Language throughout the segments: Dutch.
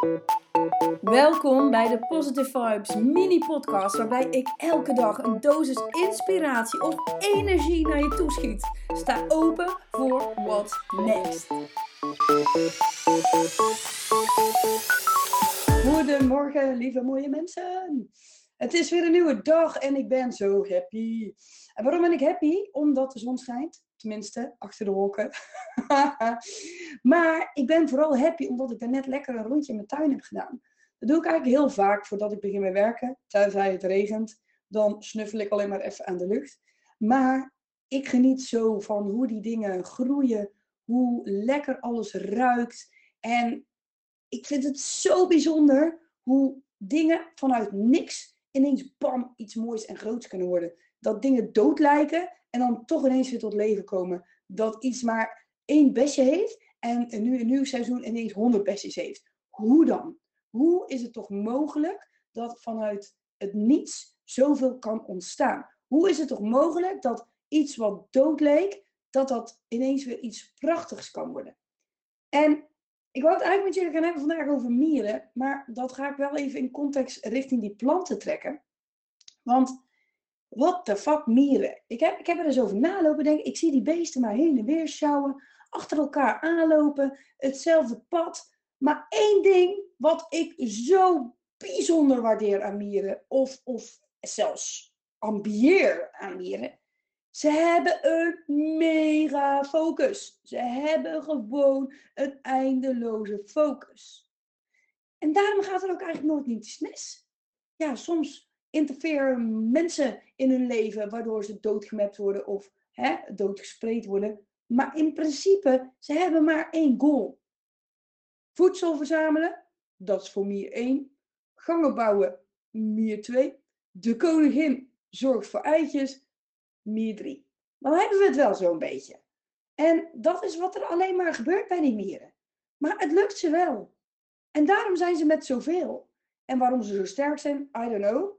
Welkom bij de Positive Vibes mini-podcast, waarbij ik elke dag een dosis inspiratie of energie naar je toeschiet. Sta open voor what's next. Goedemorgen, lieve mooie mensen. Het is weer een nieuwe dag en ik ben zo happy. En waarom ben ik happy? Omdat de zon schijnt. Tenminste, achter de wolken. Maar ik ben vooral happy omdat ik daarnet lekker een rondje in mijn tuin heb gedaan. Dat doe ik eigenlijk heel vaak voordat ik begin met werken. Tenzij het regent, dan snuffel ik alleen maar even aan de lucht. Maar ik geniet zo van hoe die dingen groeien. Hoe lekker alles ruikt. En ik vind het zo bijzonder hoe dingen vanuit niks ineens bam iets moois en groots kunnen worden. Dat dingen dood lijken en dan toch ineens weer tot leven komen. Dat iets maar 1 besje heeft en nu een nieuw seizoen ineens 100 besjes heeft. Hoe dan? Hoe is het toch mogelijk dat vanuit het niets zoveel kan ontstaan? Hoe is het toch mogelijk dat iets wat dood leek, dat ineens weer iets prachtigs kan worden? En ik wou het eigenlijk met jullie gaan hebben vandaag over mieren, maar dat ga ik wel even in context richting die planten trekken. Want, what the fuck mieren? Ik heb er eens over nalopen denken. Ik zie die beesten maar heen en weer sjouwen, achter elkaar aanlopen, hetzelfde pad. Maar één ding wat ik zo bijzonder waardeer aan mieren, of zelfs ambieer aan mieren. Ze hebben een mega focus. Ze hebben gewoon een eindeloze focus. En daarom gaat er ook eigenlijk nooit iets mis. Ja, soms interfereren mensen in hun leven waardoor ze doodgemapt worden of doodgespreid worden. Maar in principe, ze hebben maar 1 goal. Voedsel verzamelen, dat is voor mier 1. Gangen bouwen, mier 2. De koningin zorgt voor eitjes, mier 3. Dan hebben we het wel zo'n beetje. En dat is wat er alleen maar gebeurt bij die mieren. Maar het lukt ze wel. En daarom zijn ze met zoveel. En waarom ze zo sterk zijn, I don't know.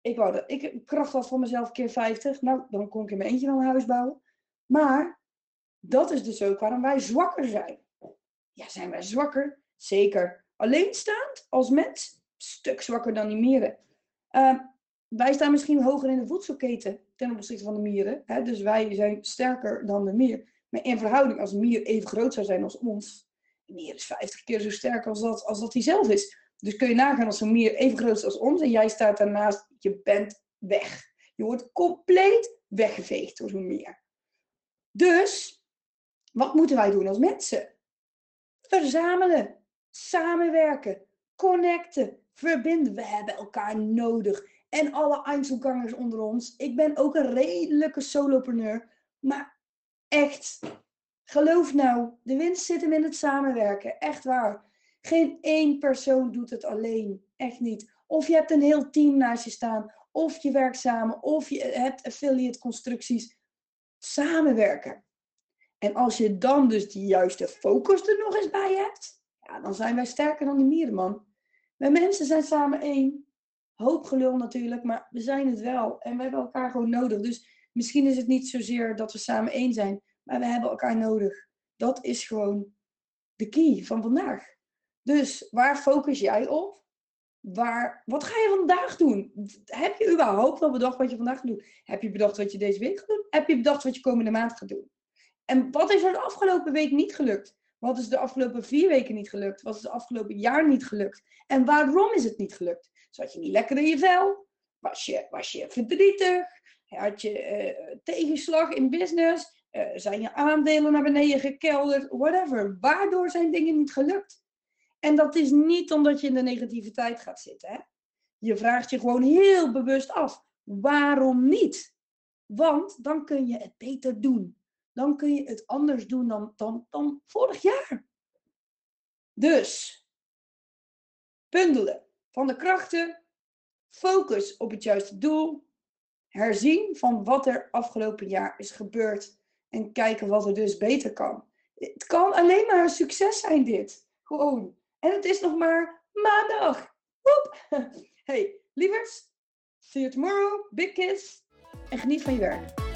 Ik kracht had voor mezelf keer 50. Nou, dan kon ik in mijn eentje wel een huis bouwen. Maar dat is dus ook waarom wij zwakker zijn. Ja, zijn wij zwakker? Zeker. Alleenstaand als mens? Een stuk zwakker dan die mieren. Wij staan misschien hoger in de voedselketen ten opzichte van de mieren. Hè? Dus wij zijn sterker dan de mier. Maar in verhouding, als een mier even groot zou zijn als ons. Een mier is 50 keer zo sterk als dat hij zelf is. Dus kun je nagaan als een mier even groot is als ons. En jij staat daarnaast, je bent weg. Je wordt compleet weggeveegd door zo'n mier. Dus, wat moeten wij doen als mensen? Verzamelen, samenwerken, connecten, verbinden. We hebben elkaar nodig. En alle Einzelgangers onder ons. Ik ben ook een redelijke solopreneur. Maar echt, geloof nou, de winst zit hem in het samenwerken. Echt waar. Geen 1 persoon doet het alleen. Echt niet. Of je hebt een heel team naast je staan. Of je werkt samen. Of je hebt affiliate constructies. Samenwerken. En als je dan dus die juiste focus er nog eens bij hebt, ja, dan zijn wij sterker dan de mieren, man. Wij mensen zijn samen 1. Hoop gelul natuurlijk, maar we zijn het wel. En we hebben elkaar gewoon nodig. Dus misschien is het niet zozeer dat we samen 1 zijn, maar we hebben elkaar nodig. Dat is gewoon de key van vandaag. Dus waar focus jij op? Wat ga je vandaag doen? Heb je überhaupt wel bedacht wat je vandaag gaat doen? Heb je bedacht wat je deze week gaat doen? Heb je bedacht wat je komende maand gaat doen? En wat is er de afgelopen week niet gelukt? Wat is de afgelopen 4 weken niet gelukt? Wat is de afgelopen jaar niet gelukt? En waarom is het niet gelukt? Zat je niet lekker in je vel? Was je verdrietig? Had je tegenslag in business? Zijn je aandelen naar beneden gekelderd? Whatever. Waardoor zijn dingen niet gelukt? En dat is niet omdat je in de negativiteit gaat zitten. Hè? Je vraagt je gewoon heel bewust af. Waarom niet? Want dan kun je het beter doen. Dan kun je het anders doen dan vorig jaar. Dus, bundelen van de krachten, focus op het juiste doel, herzien van wat er afgelopen jaar is gebeurd en kijken wat er dus beter kan. Het kan alleen maar een succes zijn dit. Gewoon. En het is nog maar maandag. Woep. Hey, lievers, see you tomorrow, big kiss en geniet van je werk.